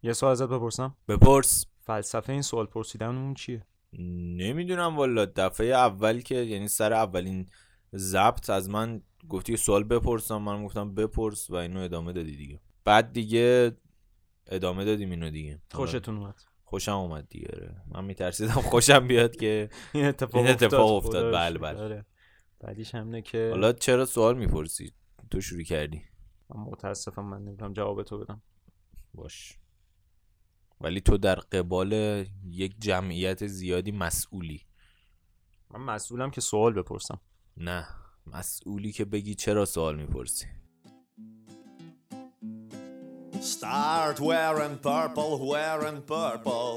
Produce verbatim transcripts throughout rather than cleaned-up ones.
یه سوال ازت بپرسم؟ بپرس. فلسفه این سوال پرسیدنمون چیه؟ نمیدونم والا. دفعه اول که یعنی سر اولین ضبط از من گفتی سوال بپرسم، من گفتم بپرس و اینو ادامه دادی دیگه. بعد دیگه ادامه دادیم اینو دیگه. خوشتون اومد؟ خوشم اومد دیگه. من میترسیدم خوشم بیاد که این اتفاق این اتفاق افتاد. افتاد. بله بله. بعدیش همینه که حالا چرا سوال میپرسی؟ تو شروع کردی. من متاسفم من نمیدونم جواب تو بدم. باش. ولی تو در قبال یک جمعیت زیادی مسئولی. من مسئولم که سوال بپرسم. نه، مسئولی که بگی چرا سوال میپرسی. Start wearing purple, wearing purple.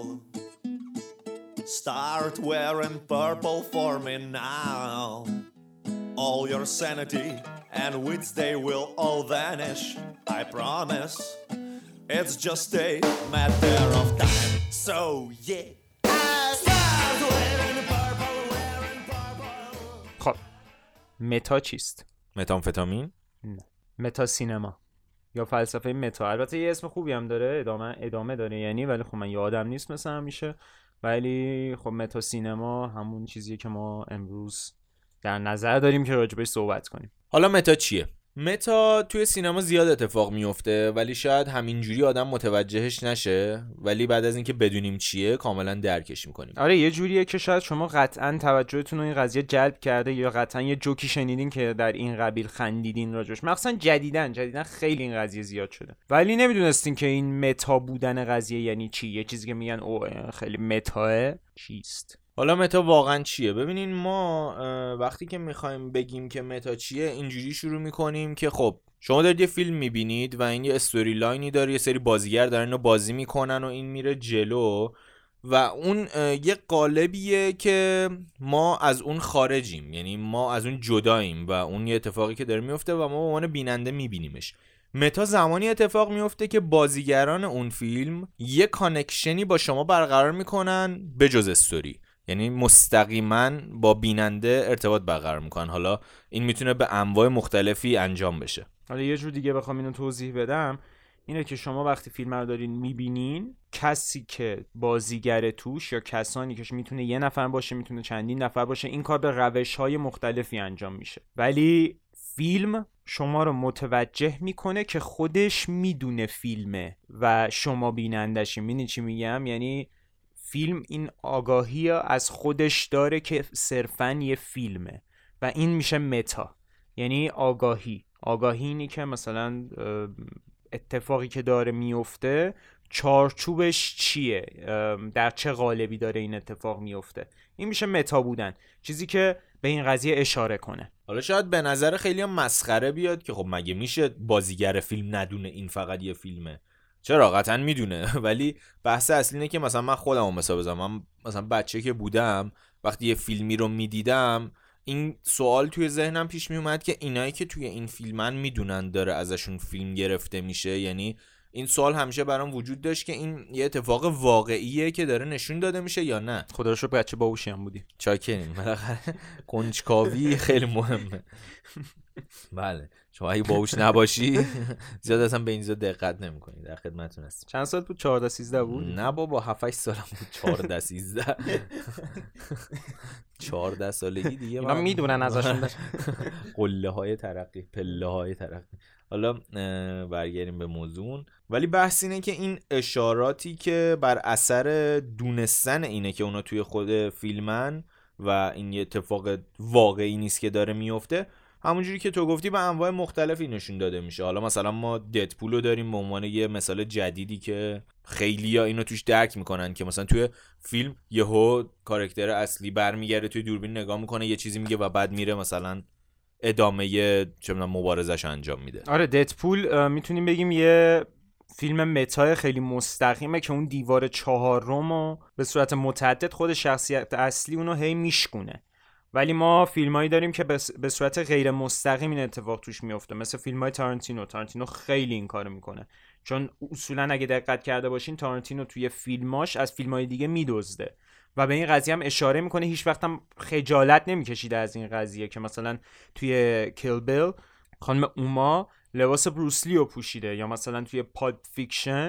Start wearing purple for me now. All your sanity and wits, they will all vanish, I promise. It's just a matter of time. So yeah. Start wearing purple, wearing purple. خب متا چیست؟ متامفتامین؟ نه. متا سینما یا فلسفه متا. البته یه اسم خوبی هم داره، ادامه ادامه داره یعنی، ولی خب من یادم نیست مثل همیشه. ولی خب متا سینما همون چیزیه که ما امروز در نظر داریم که راجبش صحبت کنیم. حالا متا چیه؟ متا توی سینما زیاد اتفاق میفته ولی شاید همینجوری آدم متوجهش نشه، ولی بعد از اینکه بدونیم چیه کاملا درکش میکنیم. آره یه جوریه که شاید شما قطعا توجهتون رو این قضیه جلب کرده یا قطعا یه جوکی شنیدین که در این قبیل خندیدین راجوش، مخصوصا جدیدن جدیدن خیلی این قضیه زیاد شده، ولی نمیدونستین که این متا بودن قضیه یعنی چی. یه چیزی که میگن او خیلی متاه چیست. حالا متا واقعا چیه؟ ببینین ما وقتی که میخوایم بگیم که متا چیه اینجوری شروع میکنیم که خب شما دارید یه فیلم میبینید و این یه استوری لاینی داره، یه سری بازیگر دارن اینو بازی میکنن و این میره جلو و اون یه قالبیه که ما از اون خارجیم، یعنی ما از اون جداییم و اون یه اتفاقی که داره میفته و ما به عنوان بیننده میبینیمش. متا زمانی اتفاق میفته که بازیگران اون فیلم یه کانکشنی با شما برقرار میکنن به جز استوری، یعنی مستقیما با بیننده ارتباط برقرار میکنن. حالا این میتونه به انواع مختلفی انجام بشه. حالا یه جور دیگه بخوام اینو توضیح بدم اینه که شما وقتی فیلم رو دارین میبینین، کسی که بازیگر توش یا کسانی که میتونه یه نفر باشه میتونه چندین نفر باشه، این کار به روش‌های مختلفی انجام میشه، ولی فیلم شما رو متوجه میکنه که خودش میدونه فیلمه و شما بینندشی. میدونی چی میگم؟ یعنی فیلم این آگاهی از خودش داره که صرفاً یه فیلمه و این میشه متا، یعنی آگاهی. آگاهی اینی که مثلا اتفاقی که داره میفته چارچوبش چیه، در چه قالبی داره این اتفاق میفته، این میشه متا بودن، چیزی که به این قضیه اشاره کنه. حالا شاید به نظر خیلی هم مسخره بیاد که خب مگه میشه بازیگر فیلم ندونه این فقط یه فیلمه؟ چرا؟ قطعا میدونه. ولی بحث اصلی اینه که مثلا من خودم رو مثال بزنم، من مثلا بچه که بودم وقتی یه فیلمی رو میدیدم این سوال توی ذهنم پیش می اومد که اینایی که توی این فیلمن میدونن داره ازشون فیلم گرفته میشه، یعنی این سوال همیشه برام وجود داشت که این یه اتفاق واقعیه که داره نشون داده میشه یا نه. خدا رو شکر بچه باهوشی هم بودی. چاکریم. بالاخره کنجکاوی خیلی مهمه. بله شما اگه باهوش نباشی زیاد اصلا به این چیزا دقت نمی‌کنی. در خدمتتون هستم. چند سال بود؟ چهارده سیزده بود؟ نه بابا هفت هشت سالم بود. چهارده سیزده چهارده سالگی دیگه اینا میدونن ازشون قله های ترقی، پله های ترقی. حالا برگردیم به موضوع. ولی بحث اینه که این اشاراتی که بر اثر دونستن اینه که اونا توی خود فیلمن و این یه اتفاق واقعی نیست که داره میفته، همونجوری که تو گفتی به انواع مختلفی نشون داده میشه. حالا مثلا ما ددپول رو داریم به عنوان یه مثال جدیدی که خیلی‌ها اینو توش درک میکنن که مثلا توی فیلم یهو کاراکتر اصلی برمیگرده توی دوربین نگاه میکنه یه چیزی میگه و بعد میره مثلا ادامه چه میدونم مبارزش انجام میده. آره ددپول میتونیم بگیم یه فیلم متا خیلی مستقیمه که اون دیوار چهارمو به صورت متعدد خود شخصیت اصلی اونو هی میشکونه. ولی ما فیلمایی داریم که به صورت غیر مستقیم این اتفاق توش میفته، مثل فیلمای تارانتینو. تارانتینو خیلی این کارو میکنه، چون اصولا اگه دقت کرده باشین تارانتینو توی فیلماش از فیلمای دیگه میدزده و به این قضیه هم اشاره میکنه. هیچ وقت هم خجالت نمیکشیده از این قضیه که مثلا توی کیل بیل خانم اوما لباس بروسلی رو پوشیده، یا مثلا توی پالپ فیکشن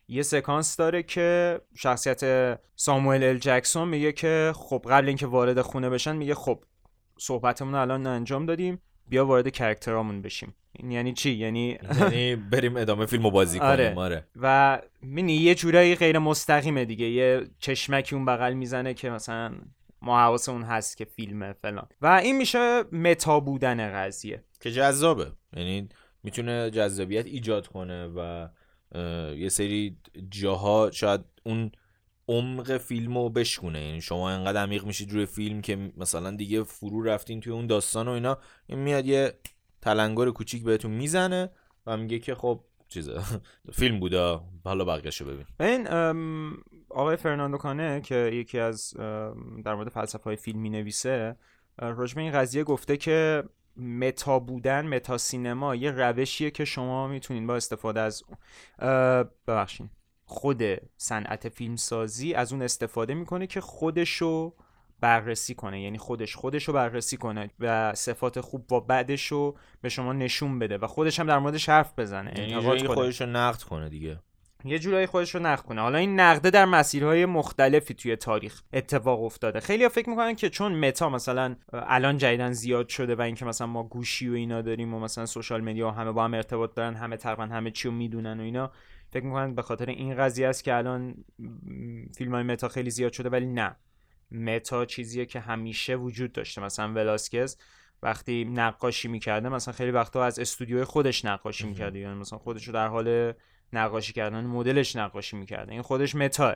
یه سکانس داره که شخصیت ساموئل ال جکسون میگه که خب قبل اینکه وارد خونه بشن میگه خب صحبتمون رو الان انجام دادیم، بیا وارد کاراکترامون بشیم. این یعنی چی؟ یعنی یعنی بریم ادامه فیلمو بازی کنیم. آره. آره. و می‌بینی یه جورایی غیر مستقیمه دیگه، یه چشمکی اون بغل میزنه که مثلا ما حواسمون هست که فیلمه فلان، و این میشه متا بودن قضیه که جذابه، یعنی میتونه جذابیت ایجاد کنه و یه سری جاها شاید اون عمق فیلمو بشکونه. یعنی شما انقدر عمیق میشید روی فیلم که مثلا دیگه فرو رفتین توی اون داستان و اینا، این میاد یه تلنگر کوچیک بهتون میزنه و میگه که خب چیزه فیلم بوده، حالا بقیه‌شو ببین. این آقای فرناندو کانه که یکی از در مورد فلسفه‌های فیلم می‌نویسه، راجع به این قضیه گفته که متا بودن، متا سینما یه روشیه که شما میتونین با استفاده از ببخشید خود صنعت فیلمسازی از اون استفاده میکنه که خودشو بررسی کنه، یعنی خودش خودشو بررسی کنه و صفات خوب و بدشو به شما نشون بده و خودش هم در موردش حرف بزنه، انتقاد کنه، خودشو نقد کنه دیگه، یه جورایی خودشو نقد کنه. حالا این نقده در مسیرهای مختلفی توی تاریخ اتفاق افتاده. خیلی‌ها فکر میکنن که چون متا مثلا الان جدیدن زیاد شده و اینکه مثلا ما گوشی و اینا داریم و مثلا سوشال مدیا و همه با هم ارتباط دارن، همه تقریبا همه چی رو میدونن و اینا، فکر میکنن به خاطر این قضیه است که الان فیلم‌های متا خیلی زیاد شده، ولی نه، متا چیزیه که همیشه وجود داشته. مثلا ولاسکز وقتی نقاشی میکرده مثلا خیلی وقتا از استودیوی خودش نقاشی میکرده، یعنی مثلا خودشو در حال نقاشی کردن مدلش نقاشی میکرده، این خودش متاه.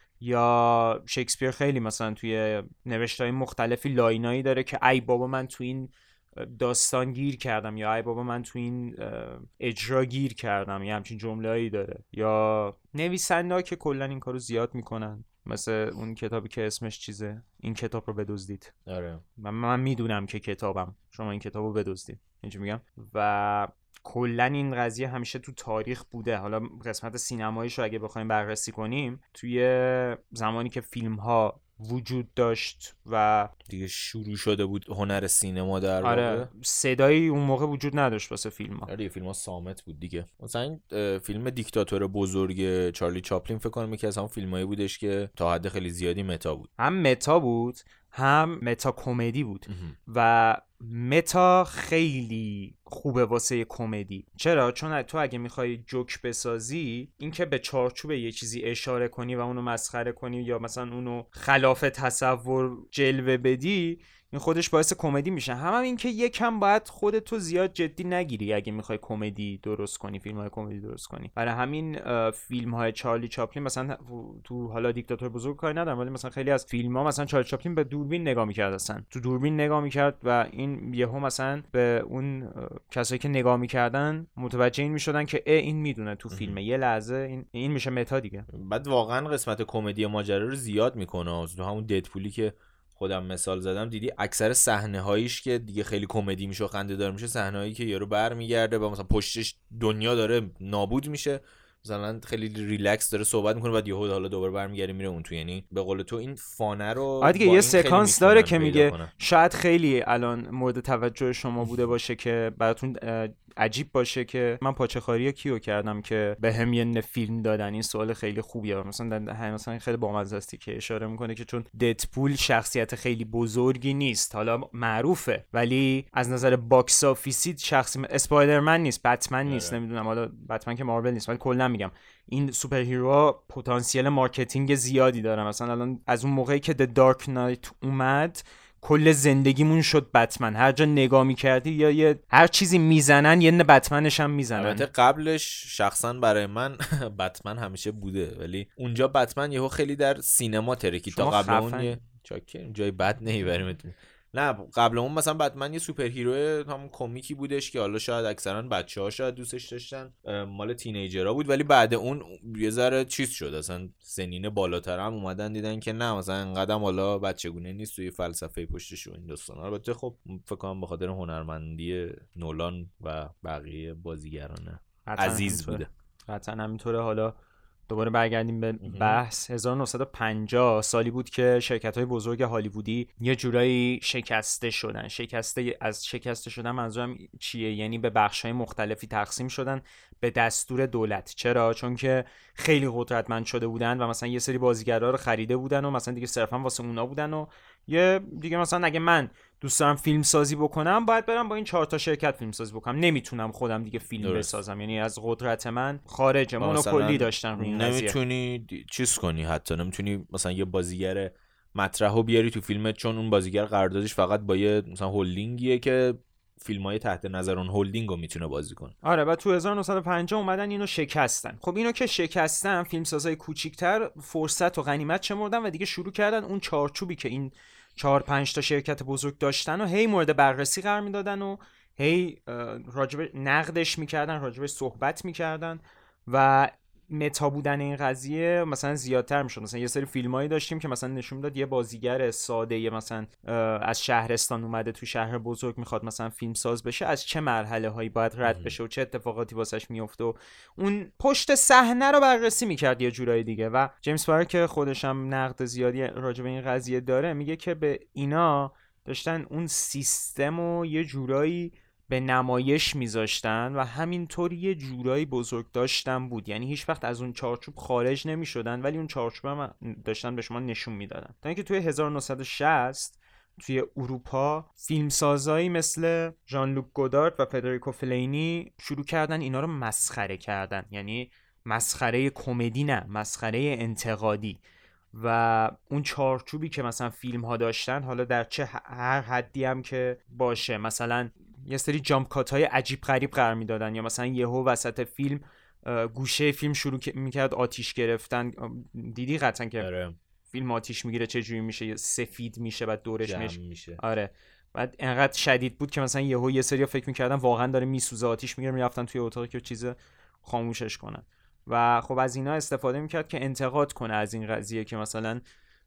یا شکسپیر خیلی مثلا توی نوشته‌های مختلفی لاینایی داره که ای بابا من تو این داستان گیر کردم، یا ای بابا من تو این اجرا گیر کردم، یا همچین جمله‌ای داره. یا نویسنده‌ها که کلا این کارو زیاد میکنن، مثل اون کتابی که اسمش چیزه، این کتاب رو بدزدید. آره. من, من میدونم که کتابم، شما این کتاب رو بدزدید، اینجا میگم. و کلا این قضیه همیشه تو تاریخ بوده. حالا قسمت سینماییش رو اگه بخوایم بررسی کنیم، توی زمانی که فیلم ها وجود داشت و دیگه شروع شده بود هنر سینما در واقع، آره، صدایی اون موقع وجود نداشت واسه فیلم ها. آره، فیلم ها صامت بود دیگه. مثلا این فیلم دیکتاتور بزرگ چارلی چاپلین فکر کنم یکی از همون فیلمایی بودش که تا حد خیلی زیادی متا بود. هم متا بود، هم متا کمدی بود. و متا خیلی خوبه واسه کمدی. چرا؟ چون تو اگه میخوای جوک بسازی، این که به چارچوب یه چیزی اشاره کنی و اونو مسخره کنی یا مثلا اونو خلاف تصور جلوه بدی، این خودش باعث کمدی میشه. هم, هم این که یکم باید خودتو زیاد جدی نگیری اگه میخوای کمدی درست کنی، فیلم‌های کمدی درست کنی. برای همین فیلم‌های چارلی چاپلین مثلا تو حالا دیکتاتور بزرگ کاری ندارم، ولی مثلا خیلی از فیلم‌ها مثلا چارلی چاپلین به دوربین نگاه می‌کرد، اصلا تو دوربین نگاه می‌کرد و این یهو مثلا به اون کسایی که نگاه می‌کردن متوجه این می‌شدن که ای این میدونه تو فیلمه، یه لحظه این این میشه متا دیگه. بعد واقعا قسمت کمدی ماجرا رو زیاد می‌کنه. تو همون ددپولی که خودم مثال زدم، دیدی اکثر صحنه هاییش که دیگه خیلی کمدی میشه و خنده دار میشه، صحنه هایی که یارو برمیگرده و مثلا پشتش دنیا داره نابود میشه، مثلا خیلی ریلکس داره صحبت میکنه، بعد یهو حالا دوباره برمیگره میره اون تو. یعنی به قول تو این فانه رو دیگه یه سکانس داره که میگه کنن. شاید خیلی الان مورد توجه شما بوده باشه که براتون عجیب باشه که من پاچه‌خواری کیو کردم که به هم یه فیلم دادن. این سوال خیلی خوبیه. مثلا مثلا خیلی بامزه است که اشاره میکنه که چون ددپول شخصیت خیلی بزرگی نیست، حالا معروفه، ولی از نظر باکس آفیسی شخصی اسپایدرمن نیست، بتمن نیست، نمیدونم، حالا بتمن که مارول نیست، ولی کلا میگم این سوپر هیروها پتانسیل مارکتینگ زیادی دارن. مثلا الان از اون موقعی که The Dark Knight اومد کل زندگیمون شد بتمن. هر جا نگاه می‌کردی یا یه هر چیزی میزنن یه نه بتمنش هم میزنن. البته قبلش شخصا برای من بتمن همیشه بوده، ولی اونجا بتمن یهو خیلی در سینما ترکی. تا قبل اون یه چاکر جای بد نمیبریمتون. نه قبل اون مثلا بتمن یه سوپر هیرو هم کمیکی بودش که حالا شاید اکثرا بچه‌ها شاید دوستش داشتن، مال تینیجرها بود، ولی بعد اون یه ذره چیز شد، اصلا سنین بالاتر هم اومدن دیدن که نه مثلا انقدرم حالا بچگونه نیست توی فلسفه پشتش و این داستانا. البته خب فکر کنم به خاطر هنرمندی نولان و بقیه بازیگران عزیز بوده. قطعا همینطوره. حالا دوباره برگردیم به بحث، هزار و نهصد و پنجاه سالی بود که شرکت‌های بزرگ هالیوودی یه جورایی شکسته شدن. شکسته از شکسته شدن منظورم چیه؟ یعنی به بخش‌های مختلفی تقسیم شدن به دستور دولت. چرا؟ چون که خیلی قدرتمند شده بودن و مثلا یه سری بازیگرا رو خریده بودن و مثلا دیگه صرفا واسه اونا بودن و یه دیگه مثلا اگه من دوست دارم فیلم سازی بکنم باید برم با این چهار تا شرکت فیلم سازی بکنم، نمیتونم خودم دیگه فیلم درست. بسازم. یعنی از قدرت من خارجه، مونوپولی داشتن روی این قضیه. نمیتونی چیز کنی، حتی نمیتونی مثلا یه بازیگر مطرحو بیاری تو فیلمت چون اون بازیگر قراردادش فقط با یه مثلا هولدینگیه که فیلمای تحت نظر اون هولدینگو میتونه بازی کنه. آره و تو هزار و نهصد و پنجاه اومدن اینو شکستن. خب اینو که شکستن، فیلمسازای کوچیک‌تر فرصت و غنیمت شمردن و دیگه شروع کردن اون چارچوبی که این چهار پنج تا شرکت بزرگ داشتن و هی مورد بررسی قرار میدادن و هی راجب نقدش میکردن، راجبش صحبت میکردن و متا بودن این قضیه مثلا زیادتر میشد. مثلا یه سری فیلمایی داشتیم که مثلا نشون میداد یه بازیگر ساده یه مثلا از شهرستان اومده تو شهر بزرگ میخواد مثلا فیلم ساز بشه، از چه مرحله هایی باید رد بشه و چه اتفاقاتی واسش میفته و اون پشت صحنه رو بررسی میکرد یه جورایی دیگه. و جیمز فارر که خودش هم نقد زیادی راجع به این قضیه داره میگه که به اینا داشتن اون سیستم و یه جورایی به نمایش میذاشتن و همینطور یه جورایی بزرگ داشتن بود. یعنی هیچ وقت از اون چارچوب خارج نمیشدن ولی اون چارچوب هم داشتن به شما نشون میدادن. تا اینکه توی هزار و نهصد و شصت توی اروپا فیلمسازایی مثل ژان لوک گودارد و فدریکو فلینی شروع کردن اینا رو مسخره کردن. یعنی مسخره کمدی نه، مسخره انتقادی. و اون چارچوبی که مثلا فیلم ها داشتن، حالا در چه هر حدی هم که باشه، مثلا یه سری جامپ کات های عجیب غریب قرار میدادن یا مثلا یهو وسط فیلم گوشه فیلم شروع میکرد آتیش گرفتن. دیدی قطعا که آره. فیلم آتیش میگیره چه جوری میشه، سفید میشه بعد دورش میشه. میشه آره بعد انقدر شدید بود که مثلا یهو یه سری فکر میکردن واقعا داره میسوزه، آتیش میگیره، میرفتن توی اتاقی که چیز خاموشش کنن. و خب از اینا استفاده میکرد که انتقاد کنه از این قضیه که مثلا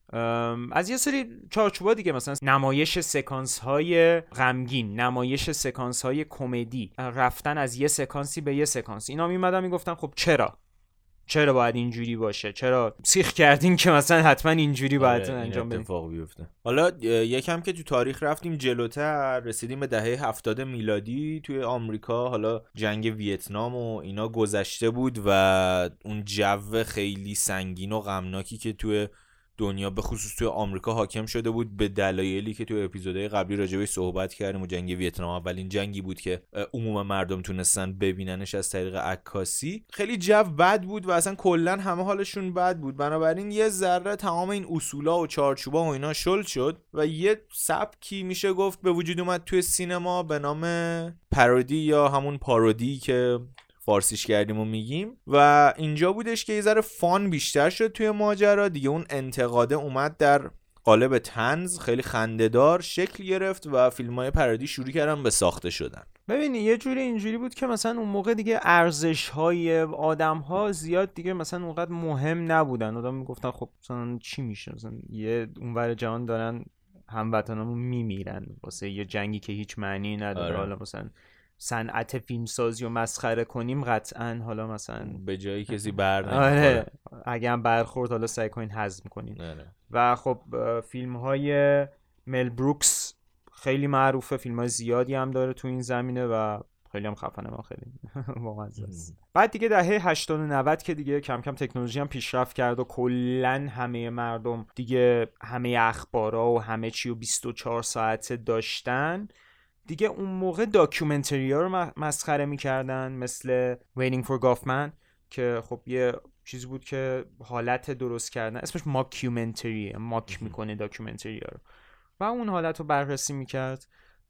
از یه سری چارچوبا دیگه، مثلا نمایش سکانس های غمگین، نمایش سکانس های کمدی، رفتن از یه سکانسی به یه سکانس. اینا میمدن میگفتن خب چرا چرا باید اینجوری باشه، چرا سیخ کردین که مثلا حتما اینجوری باید آره انجام بدین. اتفاق بیفته. حالا یکم که تو تاریخ رفتیم جلوتر، رسیدیم به دهه هفتاد میلادی توی آمریکا. حالا جنگ ویتنام و اینا گذشته بود و اون جو خیلی سنگین و غمناکی که توی دنیا به خصوص توی آمریکا حاکم شده بود به دلایلی که توی اپیزودهای قبلی راجعش صحبت کردیم. و جنگ ویتنام اولین جنگی بود که عموم مردم تونستن ببیننش از طریق عکاسی. خیلی جو بد بود و اصلا کلا همه حالشون بد بود. بنابراین یه ذره تمام این اصولا و چارچوبا و اینا شل شد و یه سبکی میشه گفت به وجود اومد توی سینما به نام پارودی یا همون پارودی که فارسیش کردیم و میگیم. و اینجا بودش که یه ذره فان بیشتر شد توی ماجرا دیگه. اون انتقاده اومد در قالب طنز، خیلی خنده‌دار شکل گرفت و فیلم‌های پارودی شروع کردن به ساخته شدن. ببینی یه جوری اینجوری بود که مثلا اون موقع دیگه ارزش‌های آدم‌ها زیاد دیگه مثلا اونقدر مهم نبودن. آدم میگفتن خب مثلا چی میشه، مثلا یه اونور جهان دارن هموطنامون میمیرن واسه یه جنگی که هیچ معنی نداره. آره. حالا مثلا صنعت فیلمسازی رو مسخره کنیم قطعاً حالا مثلا به جایی کسی بر نمیخوره. آره اگه هم برخورد حالا سعی کنین هضم کنین. آره. و خب فیلم های مل بروکس خیلی معروفه، فیلم های زیادی هم داره تو این زمینه و خیلی هم خفنه. ما خیلی واقعا است. بعد دیگه دهه هشتاد و نود که دیگه کم کم تکنولوژی هم پیشرفت کرد و کلا همه مردم دیگه همه اخبارا و همه چی رو بیست و چهار ساعته داشتن دیگه. اون موقع داکیومنتری ها رو مسخره میکردن مثل Waiting for Guffman که خب یه چیزی بود که حالت درست کردن، اسمش ماکیومنتریه، ماک میکنه داکیومنتری ها رو و اون حالت رو بررسی میکرد.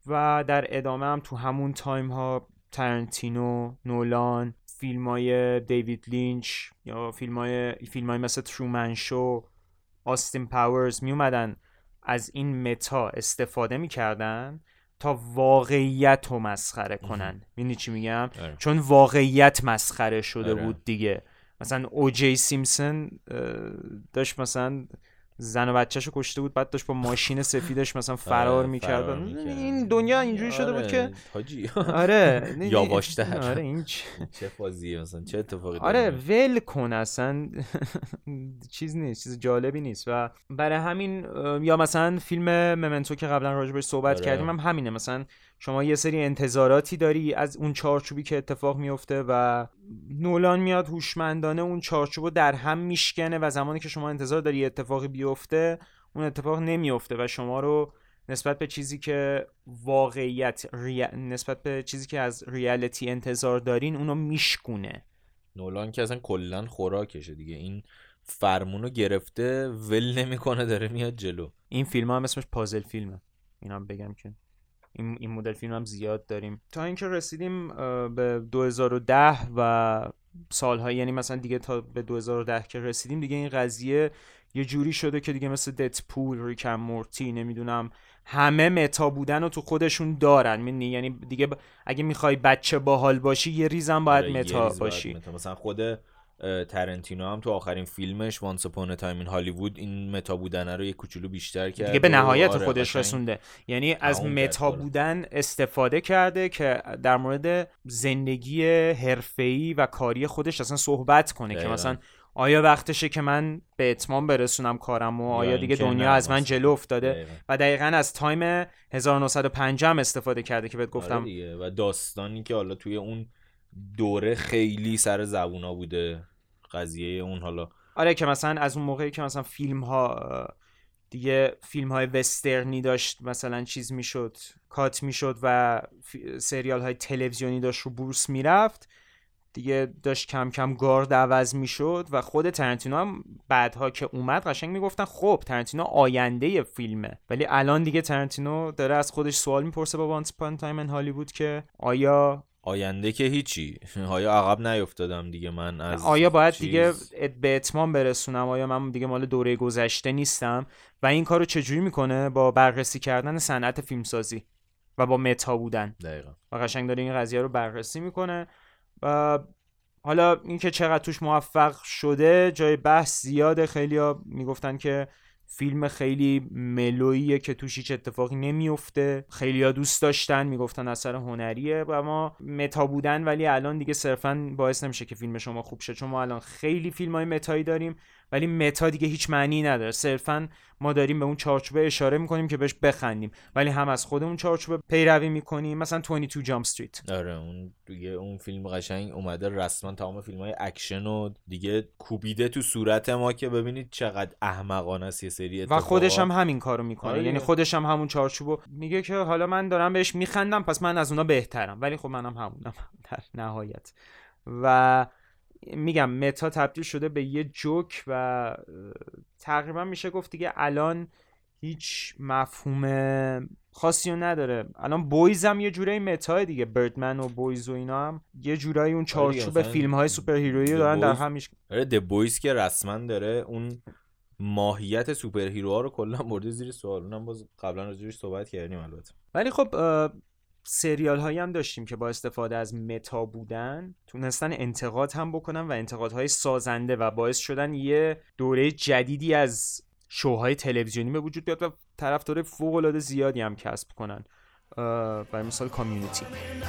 و در ادامه هم تو همون تایم ها ترنتینو، نولان، فیلم های دیوید لینچ یا فیلم های, فیلم های مثل ترومن شو، آستین پاورز می اومدن از این متا استفاده میکردن تا واقعیت رو مسخره کنن. می‌دونی چی میگم؟ اره. چون واقعیت مسخره شده اره. بود دیگه. مثلا او جی سیمپسون داشت مثلا زن و بچه‌شو کشته بود، بعد داشت با ماشین سفیدش مثلا فرار می‌کرد. این دنیا اینجوری شده بود که حاجی آره یاواشتر. آره این چه فازیه مثلا، چه اتفاقی آره ول کن اصلا چیز نیست، چیز جالبی نیست. و برای همین یا مثلا فیلم ممنتو که قبلا راجع بهش صحبت آره. کردیم هم همینه، مثلا شما یه سری انتظاراتی داری از اون چارچوبی که اتفاق میفته و نولان میاد هوشمندانه اون چارچوبو در هم میشکنه و زمانی که شما انتظار داری اتفاقی بیفته اون اتفاق نمیفته و شما رو نسبت به چیزی که واقعیت ری... نسبت به چیزی که از ریالیتی انتظار دارین اونو میشکونه. نولان که اصلا کلن خوراکشه دیگه، این فرمونو گرفته ول نمیکنه داره میاد جلو. این فیلم هم اسمش پازل فیلمه، اینا هم بگم که این این مدل فیلم هم زیاد داریم تا اینکه رسیدیم به دو هزار و ده و سالها، یعنی مثلا دیگه تا به دو هزار و ده که رسیدیم دیگه این قضیه یه جوری شده که دیگه مثل ددپول، ریک اند مورتی، نمیدونم همه متا بودن و تو خودشون دارن، یعنی دیگه ب... اگه میخوای بچه باحال باشی یه ریزم باید متا باشی. متا. مثلا خود ترنتینو هم تو آخرین فیلمش وانس اپون تایم این هالیوود این متا بودن رو یه کوچولو بیشتر کرد دیگه به نهایت آره خودش رسونده، یعنی از متا بودن استفاده کرده که در مورد زندگی حرفه‌ای و کاری خودش اصلا صحبت کنه دقیقا. که مثلا آیا وقتشه که من به اتمام برسونم کارم و آیا دیگه دنیا از من جلو افتاده دقیقا. و دقیقاً از تایم هزار و نهصد و پنجاه هم استفاده کرده که بهت گفتم آره دیگه. و داستانی که حالا توی اون دوره خیلی سر زبونا بوده قضیه اون، حالا آره که مثلا از اون موقعی که مثلا فیلم ها دیگه فیلم های وسترنی داشت مثلا چیز میشد کات میشد و سریال های تلویزیونی داشت رو بورس میرفت دیگه، داشت کم کم گارد عوض میشد و خود ترنتینو هم بعدها که اومد قشنگ میگفتن خب ترنتینو آینده فیلمه، ولی الان دیگه ترنتینو داره از خودش سوال میپرسه با وانس اپون تایم ان هالیوود که آیا آینده که هیچی، آیا عقب نیافتادم دیگه من از آیا باید چیز... دیگه به اتمام برسونم، آیا من دیگه مال دوره گذشته نیستم و این کارو چجوری میکنه با بررسی کردن صنعت فیلمسازی و با متا بودن دقیقاً و قشنگ داره این قضیه رو بررسی میکنه. و حالا این که چقدر توش موفق شده جای بحث زیاده، خیلیا میگفتن که فیلم خیلی ملوییه که توش هیچ اتفاقی نمیفته، خیلیا دوست داشتن میگفتن اثر هنریه و ما متا بودن، ولی الان دیگه صرفا باعث نمیشه که فیلم شما خوب شه، چون ما الان خیلی فیلم‌های متایی داریم ولی متا دیگه هیچ معنی نداره، صرفا ما داریم به اون چارچوبه اشاره میکنیم که بهش بخندیم ولی هم از خودمون چارچوبه پیروی میکنیم. مثلا بیست و دو جامپ استریت، آره اون دیگه اون فیلم قشنگ اومده رسما تمام فیلم‌های اکشن و دیگه کوبیده تو صورت ما که ببینید چقدر احمقانه است یه سری اتفاقات. و خودش هم همین کارو میکنه آره یعنی خودش هم همون چارچوبو میگه که حالا من دارم بهش میخندم پس من از اونا بهترم، ولی خب منم همونم در نهایت. و میگم متا تبدیل شده به یه جوک و تقریبا میشه گفت دیگه الان هیچ مفهوم خاصی رو نداره. الان بویز هم یه جورایی متاه دیگه، بردمن و بویز و اینا هم یه جورایی اون چارچوب فیلم های سوپر هیرویی دارن در هم میش. آره د بویز که رسما داره اون ماهیت سوپر هیروها رو کلا برده زیر سوال، اونم باز قبلا راجعش صحبت کردیم البته. ولی خب سریال هایی هم داشتیم که با استفاده از متا بودن تونستن انتقاد هم بکنن و انتقادهای سازنده و باعث شدن یه دوره جدیدی از شوهای تلویزیونی به وجود بیاد و طرفدار فوق العاده زیادی هم کسب کنن. برای مثال کامیونیتی.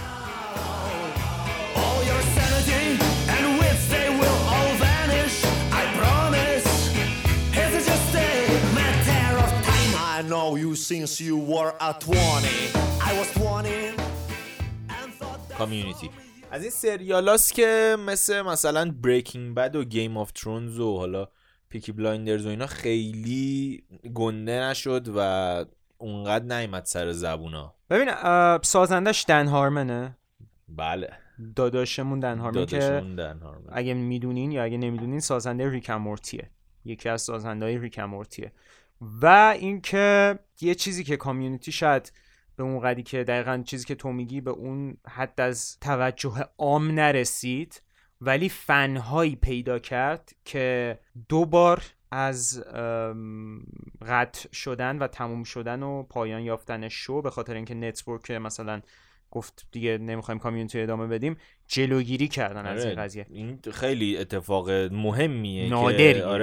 I know you since you were at twenty. I was twenty. کامیونیتی از این سریالاست که مثل مثلا بریکینگ بد و گیم آف ترونز و حالا پیکی بلایندرز و اینا خیلی گنده نشد و اونقدر نیامد سر زبونا. ببین سازندش دن هارمنه. بله داداشمون دن هارمن که دن هارمن. اگه میدونین یا اگه نمیدونین سازنده ریک اند مورتیه، یکی از سازنده‌های ریک اند مورتیه. و اینکه یه چیزی که کامیونیتی شاید به اون قدری که دقیقاً چیزی که تو میگی به اون حد از توجه عام نرسید ولی فن‌هایی پیدا کرد که دو بار از قطع شدن و تموم شدن و پایان یافتن شو به خاطر اینکه نتورک مثلا گفت دیگه نمیخوایم کامیونیتی ادامه بدیم جلوگیری کردن از این قضیه. این خیلی اتفاق مهمیه نادری. که آره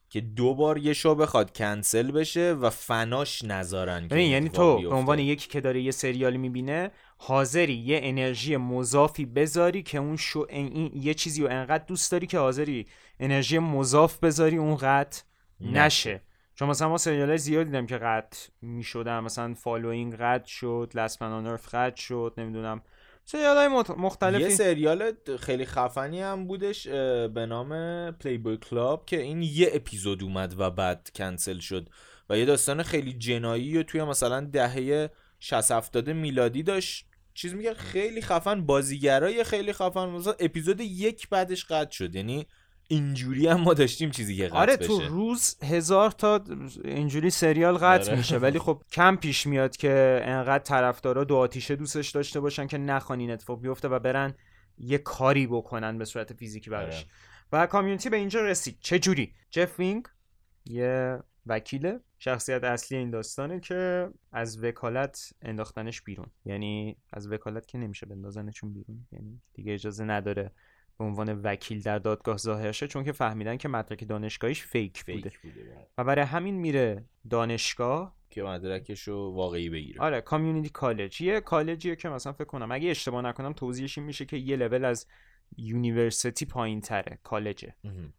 که دو بار یه شو بخواد کنسل بشه و فناش نذارن. ببین یعنی تو به عنوان یکی که داره یه سریالی میبینه حاضری یه انرژی مضافی بذاری که اون شو این یه چیزی رو انقدر دوست داری که حاضری انرژی مضاف بذاری اون قطع نشه. چون مثلا ما سریالای زیاد دیدم که قطع میشدن، مثلا فالوینگ قطع شد، لاست من آن ارث قطع شد، نمیدونم سریالای مختلفی. یه سریال خیلی خفنی هم بودش به نام پلی بوی کلاب که این یه اپیزود اومد و بعد کنسل شد و یه داستان خیلی جنایی و توی مثلا دهه شصت هفتاد میلادی داشت چیز میگه، خیلی خفن، بازیگرای خیلی خفن، مثلا اپیزود یک بعدش قطع شد. یعنی اینجوری هم ما داشتیم چیزی که قطع آره بشه. تو روز هزار تا اینجوری سریال قطع آره. میشه، ولی خب کم پیش میاد که انقدر طرفدارا دو آتیشه دوستش داشته باشن که نخوان این اتفاق بیفته و برن یه کاری بکنن به صورت فیزیکی براش. آره. و کامیونیتی به اینجا رسید. چه جوری؟ جف وینگ یه وکیله، شخصیت اصلی این داستانه که از وکالت انداختنش بیرون. یعنی از وکالت که نمیشه بندازنشون بیرون، یعنی دیگه اجازه نداره به عنوان وکیل در دادگاه ظاهر شه، چون که فهمیدن که مدرک دانشگاهیش فیک, فیک بوده, بوده و برای همین میره دانشگاه که مدرکشو واقعی بگیره. آره کامیونیتی کالج، یه کالجیه که مثلا فکر کنم اگه اشتباه نکنم توضیحش این میشه که یه لول از یونیورسیتی پایین تره کالجه.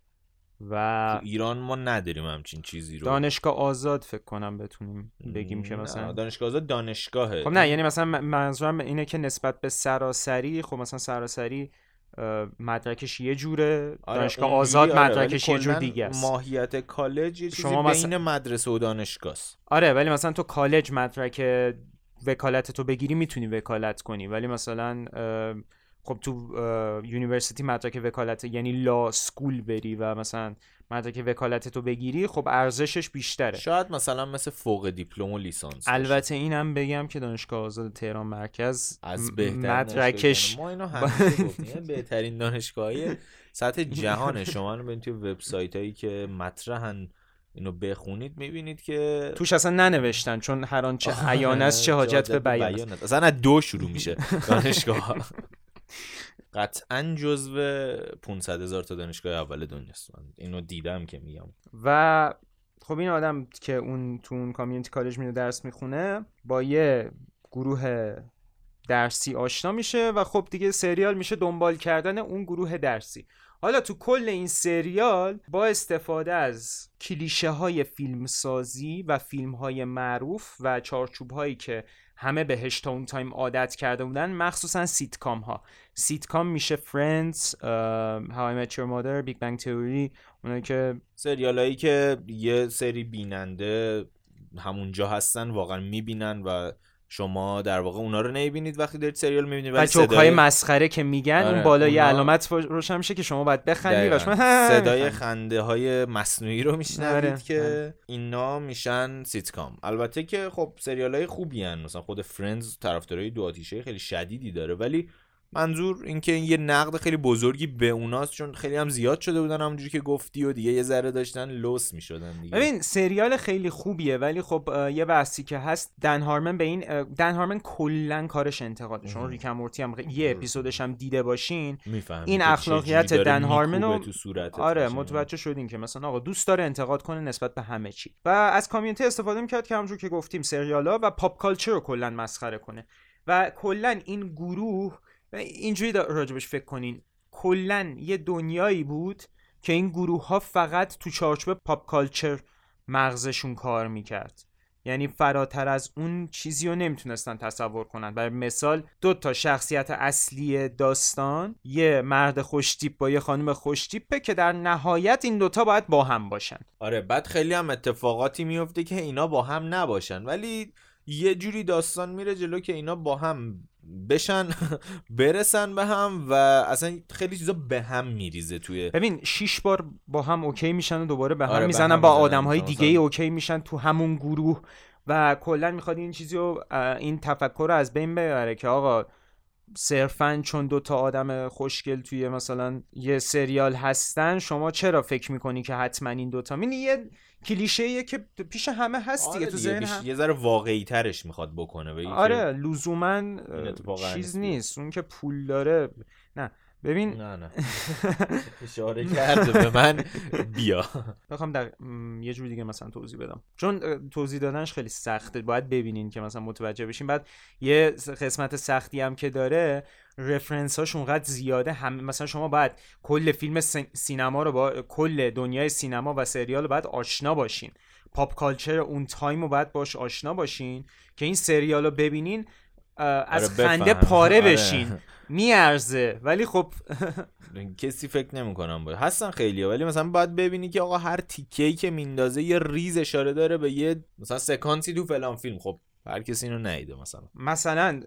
و تو ایران ما نداریم همچین چیزی رو. دانشگاه آزاد فکر کنم بتونیم بگیم که مثلا دانشگاه آزاد دانشگاهه. خب نه یعنی مثلا منظورم اینه که نسبت به سراسری، خب مثلا سراسری مدرکش یه جوره، دانشگاه آره آزاد آره مدرکش یه جور دیگه است. ماهیت کالج یه چیزی شما بین مثلا... مدرسه و دانشگاه است. آره ولی مثلا تو کالج مدرک وکالت تو بگیری میتونی وکالت کنی، ولی مثلا خب تو یونیورسیتی مدرک وکالت یعنی لا سکول بری و مثلا مدرک وکالت تو بگیری، خب ارزشش بیشتره. شاید مثلا مثل فوق دیپلم و لیسانس. البته اینم بگم که دانشگاه آزاد تهران مرکز از بهترین مدرکش ما اینو همیشه گفتیم بهترین دانشگاهی سطح جهان. شما رو برید توی وبسایتایی که مطرحن اینو بخونید میبینید که توش اصلا ننوشتن، چون هر آنچه عیان است چه حاجت به بیان است. اصلا از دو شروع میشه دانشگاه. قطعا جزو پانصد هزار تا دانشگاه اول دنیاست. اینو دیدم که میگم. و خب این آدم که اون تو اون کامیونیتی کالج میره درس میخونه با یه گروه درسی آشنا میشه و خب دیگه سریال میشه دنبال کردن اون گروه درسی. حالا تو کل این سریال با استفاده از کلیشه های فیلم سازی و فیلم های معروف و چارچوب هایی که همه بهش تا اون تایم عادت کرده بودن، مخصوصا سیتکام ها. سیتکام میشه فرندز، How I Met Your Mother، Big Bang Theory، اونایی که سریال هایی که یه سری بیننده همونجا هستن واقعا میبینن و شما در واقع اونا رو نمیبینید وقتی دارید سریال میبینید، ولی صدای های مسخره که میگن آره، اون بالا یه اونا... علامت روشن میشه که شما باید بخندی و شما صدای خنده های مصنوعی رو میشنوید آره. که آره. اینا میشن سیتکام. البته که خب سریال های خوبی هن. مثلا خود فرندز طرفدارای دو آتیشه خیلی شدیدی داره، ولی منظور این که یه نقد خیلی بزرگی به اوناست چون خیلی هم زیاد شده بودن همونجوری که گفتی و دیگه یه ذره داشتن لوس میشدن دیگه. ببین سریال خیلی خوبیه، ولی خب یه بحثی که هست، دن هارمن به این دن هارمن کلا کارش انتقاده. شما ریک و مورتی هم یه اپیزودش هم دیده باشین این اخلاقیات دن هارمن رو آره متوجه شدین که مثلا آقا دوست داره انتقاد کنه نسبت به همه چی و از کامیونیتی استفاده میکرد که همونجوری که گفتیم سریالا و پاپ کالچر رو کلا مسخره کنه. و کلا این گروه اینجوری راجبش فکر کنین، کلن یه دنیایی بود که این گروه ها فقط تو چارچوب پاپ کالچر مغزشون کار میکرد، یعنی فراتر از اون چیزی رو نمیتونستن تصور کنن. برای مثال دو تا شخصیت اصلی داستان، یه مرد خوشتیپ با یه خانم خوشتیپه که در نهایت این دوتا باید با هم باشن. آره بعد خیلی هم اتفاقاتی میفته که اینا با هم نباشن، ولی یه جوری داستان میره جلو که اینا با هم بشن برسن به هم و اصلا خیلی چیزا به هم میریزه توی. ببین شش بار با هم اوکی میشن و دوباره به هم آره میزنن، به هم با میزنن. آدمهای دیگه ای اوکی میشن تو همون گروه و کلا میخواد این چیزی رو این تفکر رو از بین ببره که آقا صرفاً چون دو تا آدم خوشگل توی مثلا یه سریال هستن شما چرا فکر میکنی که حتما این دوتا این یه کلیشه‌ایه که پیش همه هست دیگه. آره تو ذهن هم... یه ذره واقعی ترش میخواد بکنه. آره لزوما چیز نیست اون که پول داره. نه ببین نه نه اشاره کرده به من بیا بخوام در یه جور دیگه مثلا توضیح بدم، چون توضیح دادنش خیلی سخته، باید ببینین که مثلا متوجه بشین. بعد یه قسمت سختی هم که داره، رفرنس هاش اونقدر زیاده، هم مثلا شما باید کل فیلم سینما رو با کل دنیای سینما و سریال رو باید آشنا باشین، پاپ کالچر اون تایم رو باید باش آشنا باشین که این سریال رو ببینین از خنده پاره بشین. میارزه، ولی خب کسی فکر نمی‌کنم باید هستن خیلیه، ولی مثلا باید ببینی که آقا هر تیکه‌ای که میندازه یه ریز اشاره داره به یه مثلا سکانسی تو فلان فیلم. خب هر کسی اینو ندیده. مثلا مثلا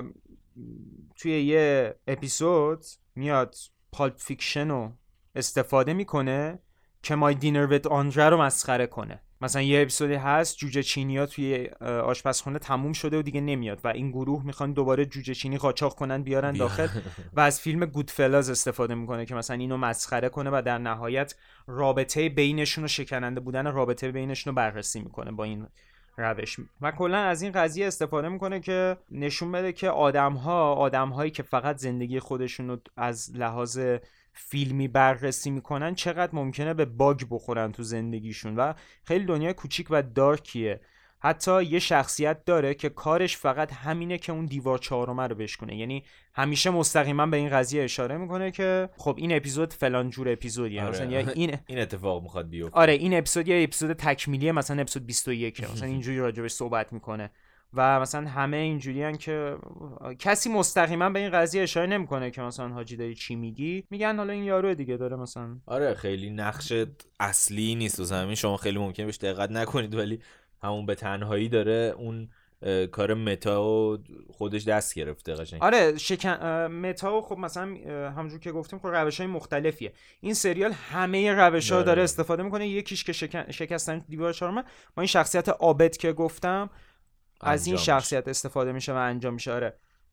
توی یه اپیزود میاد پالپ فیکشن رو استفاده میکنه که مای دینر ویت آندره رو مسخره کنه. مثلا یه اپیزودی هست جوجه چینی ها توی آشپزخونه تموم شده و دیگه نمیاد و این گروه میخوان دوباره جوجه چینی قاچاق کنن بیارن داخل و از فیلم گودفلاز استفاده میکنه که مثلا اینو مسخره کنه و در نهایت رابطه بینشون و شکننده بودن رابطه بینشون رو بررسی میکنه با این روش. و کلا از این قضیه استفاده میکنه که نشون بده که آدم‌ها آدم‌هایی که فقط زندگی خودشون رو از لحاظ فیلمی بررسی میکنن چقدر ممکنه به باگ بخورن تو زندگیشون و خیلی دنیای کوچیک و دارکیه. حتی یه شخصیت داره که کارش فقط همینه که اون دیوار چهارمه رو بشکنه، یعنی همیشه مستقیما به این قضیه اشاره میکنه که خب این اپیزود فلان جور اپیزودیه. آره. مثلا یا این این اتفاق میخواد بیفته. آره این اپیزود یا اپیزود تکمیلیه، مثلا اپیزود بیست و یک مثلا اینجوری راجبش صحبت میکنه و مثلا همه اینجوریان که کسی مستقیما به این قضیه اشاره نمیکنه که مثلا حاجی داری چی میگی، میگن حالا این یارو دیگه داره مثلا. آره خیلی نقش اصلی نیست و همین شما خیلی ممکنه بهش دقت نکنید، ولی همون به تنهایی داره اون کار متا و خودش دست گرفته قشنگ. آره شکن متا و خب مثلا همونجور که گفتیم خب روش‌های مختلفیه. این سریال همه روش‌ها داره, داره استفاده میکنه. یکیش که شکن... شکستن دیوار چهارم با این شخصیت عابد که گفتم از این شخصیت استفاده میشه و انجام میشه. آره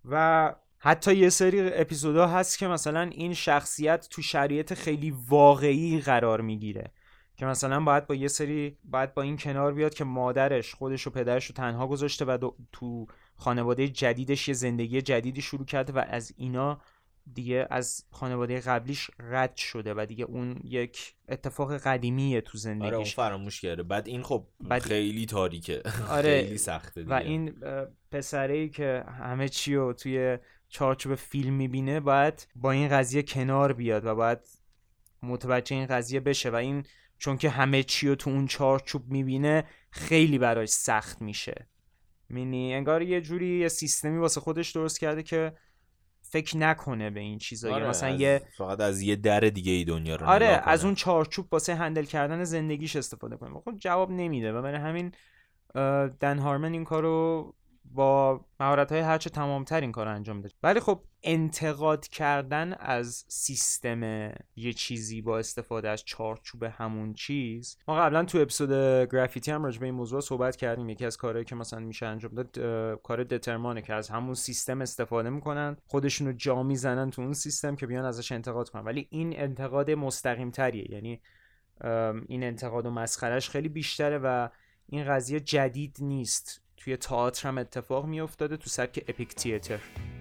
و حتی یه سری اپیزودا هست که مثلا این شخصیت تو شرایط خیلی واقعی قرار میگیره که مثلا باید با یه سری باید با این کنار بیاد که مادرش خودش و پدرش رو تنها گذاشته و تو خانواده جدیدش یه زندگی جدیدی شروع کرده و از اینا دیگه از خانواده قبلیش رد شده و دیگه اون یک اتفاق قدیمیه تو زندگیش. آره اون فراموش کرده. بعد این خب بعد خیلی تاریکه. آره خیلی سخته دیگه. و این پسره‌ای که همه چی رو توی چارچوب فیلم میبینه باید با این قضیه کنار بیاد و باید متوجه این قضیه بشه و این چون که همه چی رو تو اون چارچوب میبینه خیلی براش سخت میشه. مینی انگار یه جوری یه سیستمی واسه خودش درست کرده که فکر نکنه به این چیزا. آره مثلا یه فقط از یه در دیگه ای دنیا رو آره از اون چارچوب واسه هندل کردن زندگیش استفاده کنه. خب جواب نمیده و برای همین دن هارمن این کارو با مهارت‌های هرچه تمام‌تر این کارو انجام میده. ولی خب انتقاد کردن از سیستم یه چیزی با استفاده از چارچوب همون چیز، ما قبلا تو اپیزود گرافیتی هم راجع به این موضوع صحبت کردیم. یکی از کارهایی که مثلا میشه انجام داد کار دترمانه که از همون سیستم استفاده میکنن، خودشونو جا میزنن تو اون سیستم که بیان ازش انتقاد کنن. ولی این انتقاد مستقیم تریه، یعنی این انتقاد و مسخرهش خیلی بیشتره و این قضیه جدید نیست. توی تئاتر هم اتفاق می افتاده تو سبک اپیک تئاتر.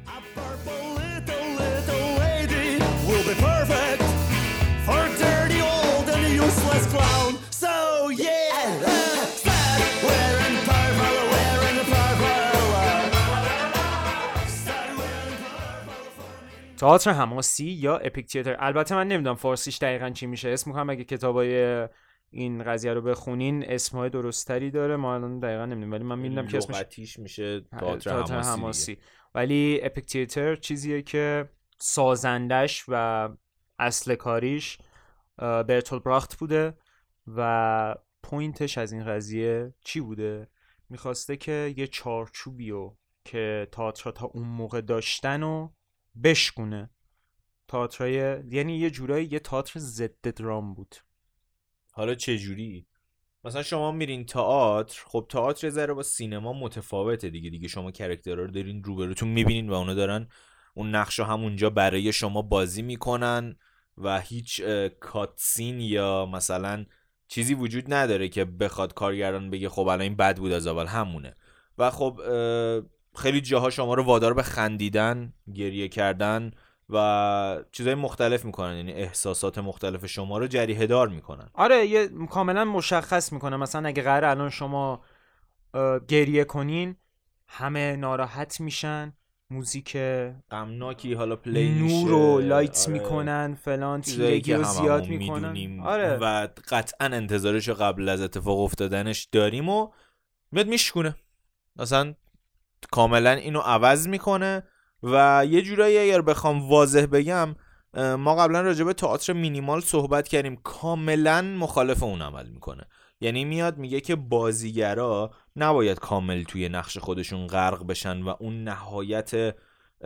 تئاتر حماسی یا اپیک تئاتر. البته من نمیدونم فارسیش دقیقاً چی میشه. اسم می‌کنم اگه کتابای این قضیه رو بخونین اسمهای درستری داره، ما الان دقیقاً نمیدونم ولی من میدونم که اسمش لغتیش میشه تئاتر حماسی, حماسی. ولی اپیک تئاتر چیزیه که سازندش و اصل کاریش برتولت براخت بوده و پوینتش از این قضیه چی بوده؟ میخواسته که یه چارچوبیو که تئاتر تا اون موقع داشتن و بشکونه. تئاترای یعنی یه جورایی یه تئاتر ضد درام بود. حالا چه جوری؟ مثلا شما میرین تئاتر، خب تئاتر ذره با سینما متفاوته دیگه. دیگه شما کاراکترها رو دارین روبروتون میبینین و اونا دارن اون نقشو همونجا برای شما بازی میکنن و هیچ کاتسین یا مثلا چیزی وجود نداره که بخواد کارگردان بگه خب الان این بد بود از اول، همونه. و خب خیلی جاها شما رو وادار به خندیدن، گریه کردن و چیزای مختلف میکنن، یعنی احساسات مختلف شما رو جریحه دار میکنن. آره یه کاملا مشخص میکنه. مثلا اگه قراره الان شما گریه کنین همه ناراحت میشن، موزیک غمناکی حالا پلی میشه، نور و لایت آره. میکنن فلان، تیرگی رو زیاد میکنن. آره. و قطعا انتظارش رو قبل از اتفاق افتادنش داریم و میاد میشکونه، مثلا کاملا اینو عوض میکنه. و یه جورایی اگر بخوام واضح بگم، ما قبلا راجع به تئاتر مینیمال صحبت کردیم، کاملا مخالف اون عمل میکنه. یعنی میاد میگه که بازیگرا نباید کامل توی نقش خودشون غرق بشن و اون نهایت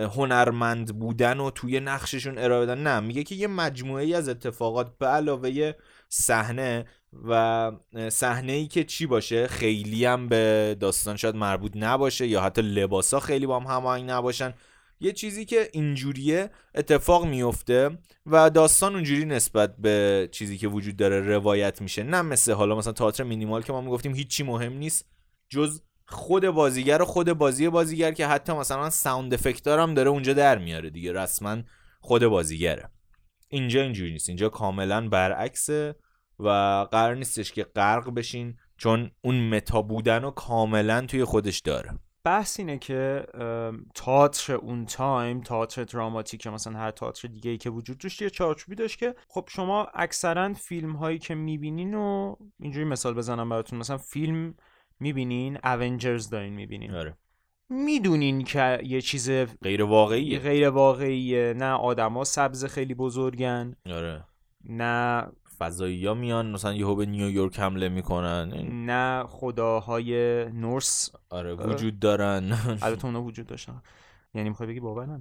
هنرمند بودن و توی نقششون ارائه بدن. نه، میگه که یه مجموعه ای از اتفاقات به علاوه صحنه و صحنه‌ای که چی باشه خیلی هم به داستان شاید مربوط نباشه یا حتی لباسا خیلی با هم هماهنگ نباشن، یه چیزی که اینجوریه اتفاق میفته و داستان اونجوری نسبت به چیزی که وجود داره روایت میشه. نه مثل حالا مثلا تئاتر مینیمال که ما میگفتیم هیچی مهم نیست جز خود بازیگر و خود بازی بازیگر، که حتی مثلا ساوند افکتار هم داره اونجا در میاره دیگه، رسما خود بازیگره. اینجا اینجوری نیست، اینجا کاملا برعکسه و قرار نیستش که غرق بشین چون اون متا بودن رو کاملا توی خودش داره. بحث اینه که تئاتر اون تایم، تئاتر دراماتیک مثلا هر تئاتر دیگه ای که وجود داشت یه چارچوبی داشت که خب شما اکثرا فیلم هایی که میبینین و اینجوری مثال بزنم براتون، مثلا فیلم میبینین اونجرز دارین میبینین، آره. میدونین که یه چیز غیر واقعیه، غیر واقعیه، نه آدما سبز خیلی بزرگن، آره، نه فضایی‌ها میان مثلا یهو به نیویورک حمله میکنن، نه خداهای نورس آره وجود دارن. البته اونا وجود داشتن، یعنی میخوای بگی باورن.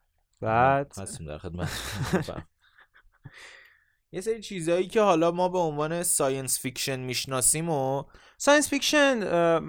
بعد هستیم در خدمت. یه سری چیزایی که حالا ما به عنوان ساینس فیکشن میشناسیم و ساینس فیکشن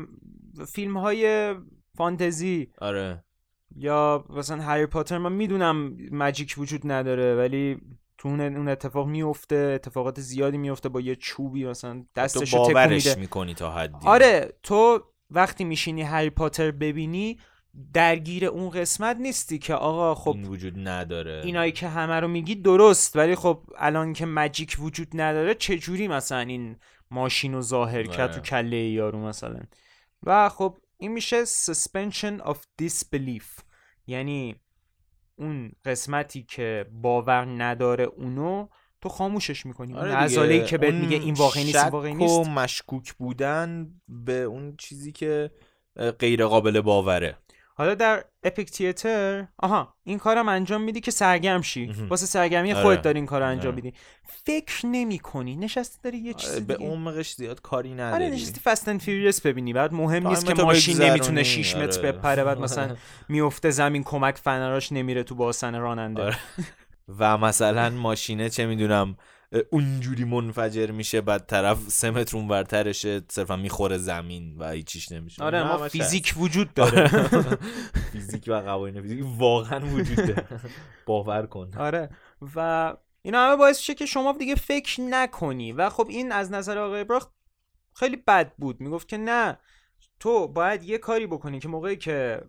فیلم های فانتزی، آره، یا مثلا هری پاتر، من میدونم ماجیک وجود نداره ولی تو اون اتفاق میفته، اتفاقات زیادی میفته با یه چوبی مثلا دستشو تکون میده، باورش میکنی تا حدی. آره تو وقتی میشینی هری پاتر ببینی درگیر اون قسمت نیستی که آقا خب این وجود نداره، اینایی که همه رو میگی درست، ولی خب الان که ماجیک وجود نداره چجوری مثلا این ماشین رو ظاهر کرد تو کله یارو مثلا. و خب این میشه suspension of disbelief، یعنی اون قسمتی که باور نداره اونو تو خاموشش میکنی. آره اون عضله‌ای که بهت میگه این واقعی نیست، این واقعی نیست، شک و مشکوک بودن به اون چیزی که غیر قابل باوره. حالا در اپیک تیاتر آها این کارم انجام میدی که سرگرم شی، واسه سرگرمی خودت داری این کارو انجام میدی، فکر نمی‌کنی، نشستی داری یه چیزی به عمقش زیاد کاری نداری. آره نشستی فست اند فیوریوس ببینی، بعد مهم نیست که ماشین نمیتونه شش متر بپره، بعد مثلا میفته زمین کمک فنراش نمیره تو باسن راننده. آره. و مثلا ماشینه چه میدونم اونجوری منفجر میشه، بعد طرف سه متر اونورترشه صرفا میخوره زمین و هیچیش نمیشه. آره ما فیزیک وجود داره. فیزیک و قوانین فیزیک واقعا وجود داره، باور کن. آره و اینا همه باعث میشه که شما دیگه فکر نکنی. و خب این از نظر آقای براخت خیلی بد بود، میگفت که نه تو باید یه کاری بکنی که موقعی که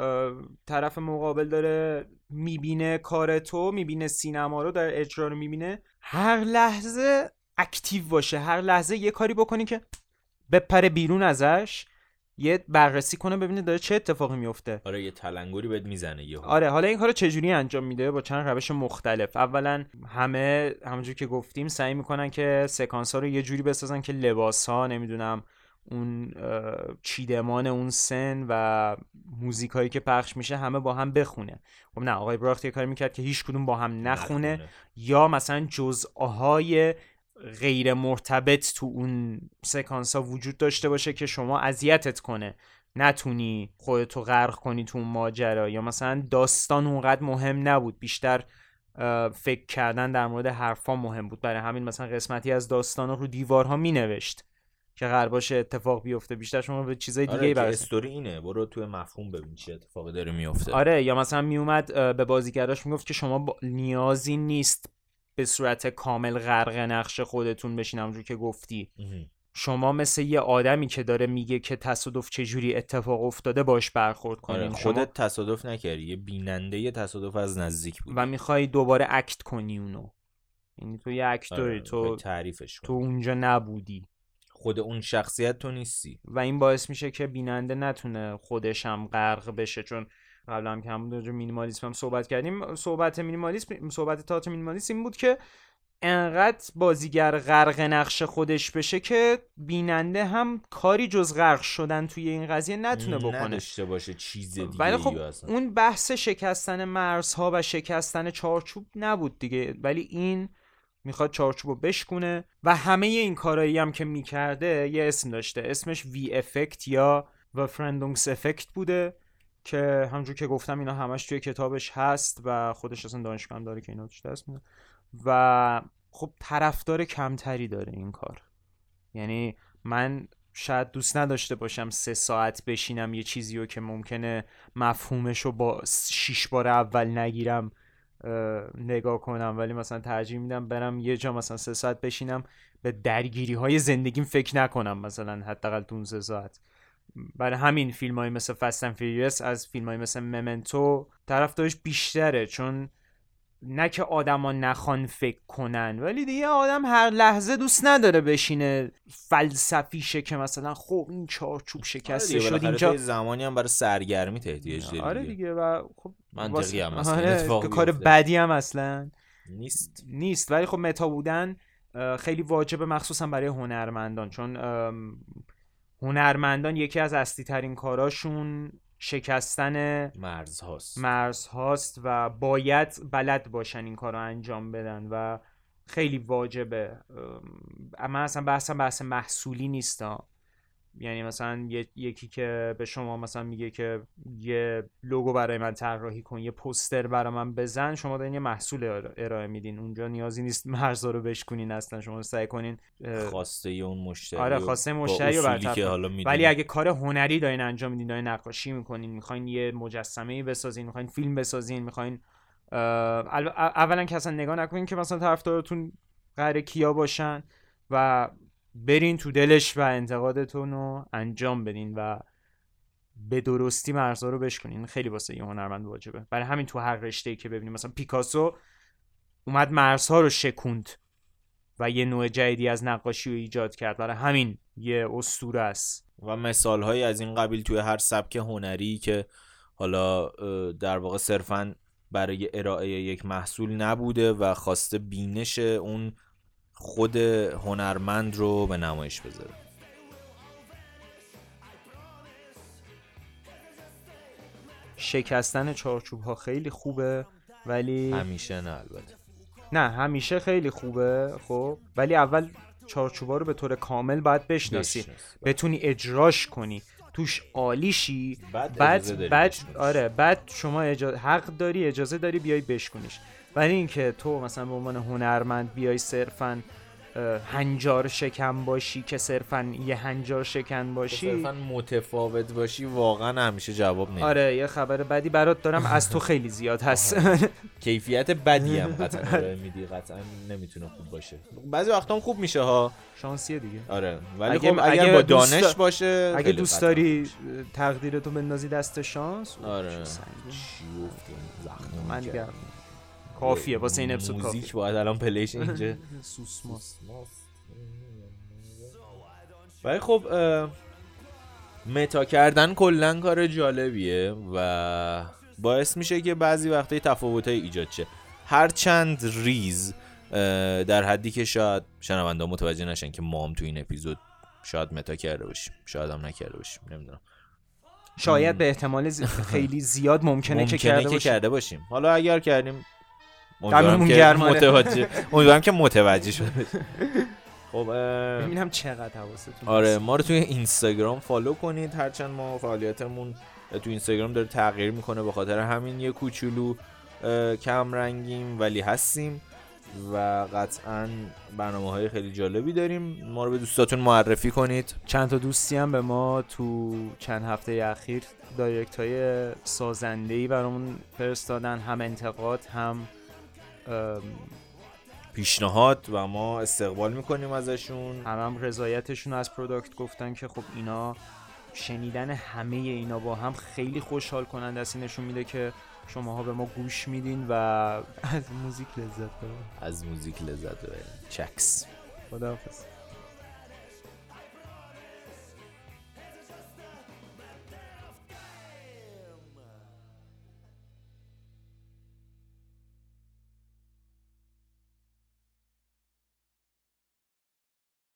طرف مقابل داره میبینه کار تو، میبینه سینما رو در اجرا رو میبینه، هر لحظه اکتیو باشه، هر لحظه یه کاری بکنی که بپره بیرون ازش، یه بررسی کنه ببینه داره چه اتفاقی میفته. آره یه تلنگری بهت میزنه یهو. آره حالا این کارو چجوری انجام میده؟ با چند روش مختلف. اولا همه همونجوری که گفتیم سعی میکنن که سکانس ها رو یه جوری بسازن که لباس ها، نمیدونم اون چیدمان اون سن و موزیک هایی که پخش میشه همه با هم بخونه. خب نه، آقای براخت یه کاری میکرد که هیچ کدوم با هم نخونه, نخونه. یا مثلا جزءهای غیر مرتبط تو اون سکانس ها وجود داشته باشه که شما اذیتت کنه، نتونی خودتو غرق کنی تو اون ماجرا، یا مثلا داستان اونقدر مهم نبود، بیشتر فکر کردن در مورد حرفا مهم بود، برای همین مثلا قسمتی از داستان رو دیوارها مینوشت که قرار باشه اتفاق بیفته، بیشتر شما به چیزای دیگه ای برسید. استوری اینه، برو تو مفهوم ببین چه اتفاقی داره میفته. آره یا مثلا میومد به بازیگراش میگفت که شما با... نیازی نیست به صورت کامل غرق نقش خودتون بشین، همونجوری که گفتی شما مثل یه آدمی که داره میگه که تصادف چجوری اتفاق افتاده باش برخورد کنین. آره خودت تصادف نکردی، یه بیننده یه تصادف از نزدیک بود و میخوای دوباره اکت کنی اونو. یعنی تو یه اکتوری، آره، تو تعریفش کن. تو اونجا نبودی، خود اون شخصیت تو نیستی و این باعث میشه که بیننده نتونه خودش هم غرق بشه. چون قبلا هم که همون در مینیمالیسم هم صحبت کردیم، صحبت مینیمالیسم صحبت تئاتر مینیمالیسم این بود که انقدر بازیگر غرق نقش خودش بشه که بیننده هم کاری جز غرق شدن توی این قضیه نتونه بکنه، نداشته باشه چیز دیگه. ولی خب اون بحث شکستن مرزها و شکستن چارچوب نبود دیگه، ولی این میخواد چارچوبو بشکونه و همه این کارایی هم که میکرده یه اسم داشته، اسمش وی افکت یا وفرندونگس افکت بوده که همونجور که گفتم اینا همش توی کتابش هست و خودش اصلا دانشگاه هم داره که اینا توش دست میده و خب طرفدار کمتری داره این کار. یعنی من شاید دوست نداشته باشم سه ساعت بشینم یه چیزیو که ممکنه مفهومشو با شیش بار اول نگیرم نگاه کنم، ولی مثلا ترجیح میدم برم یه جا مثلا سه ساعت بشینم به درگیری های زندگیم فکر نکنم، مثلا حداقل تو اون سه ساعت. برای همین فیلم های مثل فست اند فیوریوس از فیلم های مثل ممنتو طرفدارش بیشتره، چون نه که آدما نخوان فکر کنن، ولی دیگه آدم هر لحظه دوست نداره بشینه فلسفی شه که مثلا خب این چارچوب شکسته آره شد اینجا. زمانی هم برای سرگرمی احتیاج داره. آره دیگه و خب منطقی هم مثلا آره اتفاق کار بدی هم اصلا نیست نیست ولی خب متا بودن خیلی واجبه، مخصوصا برای هنرمندان، چون هنرمندان یکی از اصلی ترین کاراشون شکستن مرز هاست مرز هاست و باید بلد باشن این کار رو انجام بدن و خیلی واجبه. اما اصلا بحثم بحث محصولی نیست ها. یعنی مثلا یکی که به شما مثلا میگه که یه لوگو برای من طراحی کن، یه پوستر برای من بزن، شما دارین یه محصول ارائه میدین، اونجا نیازی نیست مرزا رو بشکنین، اصلا شما سعی کنین خواسته اون مشتری. آره خواسته مشتری رو برطرف. ولی اگه کار هنری دارین انجام میدین، دارین نقاشی میکنین، میخواین یه مجسمه بسازین، میخواین فیلم بسازین، میخواین اولا که اصلا نگاه نکنین که مثلا طرفدارتون قراره کیا باشن و برین تو دلش و انتقادتون رو انجام بدین و به درستی مرزها رو بشکنین. خیلی واسه یه هنرمند واجبه. برای همین تو هر رشته‌ای که ببینیم، مثلا پیکاسو اومد مرزها رو شکوند و یه نوع جدیدی از نقاشی رو ایجاد کرد، برای همین یه اسطوره است. و مثال‌هایی از این قبیل توی هر سبک هنری که حالا در واقع صرفاً برای ارائه یک محصول نبوده و خواسته بینش اون خود هنرمند رو به نمایش بذاره. شکستن چارچوب ها خیلی خوبه، ولی همیشه نه البته نه همیشه خیلی خوبه خب، ولی اول چارچوبا رو به طور کامل باید بشناسی، بتونی اجراش کنی، توش عالیشی، بعد بعد, بعد آره بعد شما اجازه حق داری اجازه داری بیای بشکنیش. ولی اینکه تو مثلا به عنوان هنرمند بیای صرفاً هنجار شکن باشی که صرفاً یه هنجار شکن باشی، صرفاً متفاوت باشی، واقعا همیشه جواب نمیده. آره یه خبر بدی برات دارم، از تو خیلی زیاد هست. کیفیت بدی هم قطعا ارائه میدی، قطعا نمیتونه خوب باشه. بعضی وقتا هم خوب میشه ها، شانسیه دیگه. آره ولی اگه خب اگر اگه با دانش باشه، اگه دوست داری تقدیرتو بندازی دست شانس، آره چی گفتیم زخم من دیگه کافیه واسه این اپیزود. کافیه. موزیک باید الان پلیش اینجا سوسماس. ولی خب متا کردن کلا کار جالبیه و باعث میشه که بعضی وقتا تفاوتای ایجاد شه، هرچند ریز، در حدی که شاید شنونده متوجه نشن که ما هم تو این اپیزود شاید متا کرده باشیم، شاید هم نکرده باشیم، نمیدونم. شاید به احتمال زی... خیلی زیاد ممکنه, ممکنه که کرده باشیم. کرده باشیم. حالا اگر کردیم امیدوارم که متوجه امیدوارم که متوجه شده. خب ببینم چقدر حواستون. آره ما رو توی اینستاگرام فالو کنید، هرچند ما فعالیتمون تو اینستاگرام داره تغییر میکنه، به خاطر همین یه کوچولو کم رنگیم ولی هستیم و قطعاً برنامه‌های خیلی جالبی داریم. ما رو به دوستاتون معرفی کنید. چند تا دوستی هم به ما تو چند هفته اخیر دایرکت‌های سازنده‌ای برامون فرستادن، هم انتقاد هم پیشنهاد و ما استقبال میکنیم ازشون. هم هم رضایتشون از پروداکت گفتن که خب اینا شنیدن همه اینا با هم خیلی خوشحال کننده است. نشون میده که شماها به ما گوش میدین و از موزیک لذت ببرید. از موزیک لذت ببرید. چکس. خداحافظ.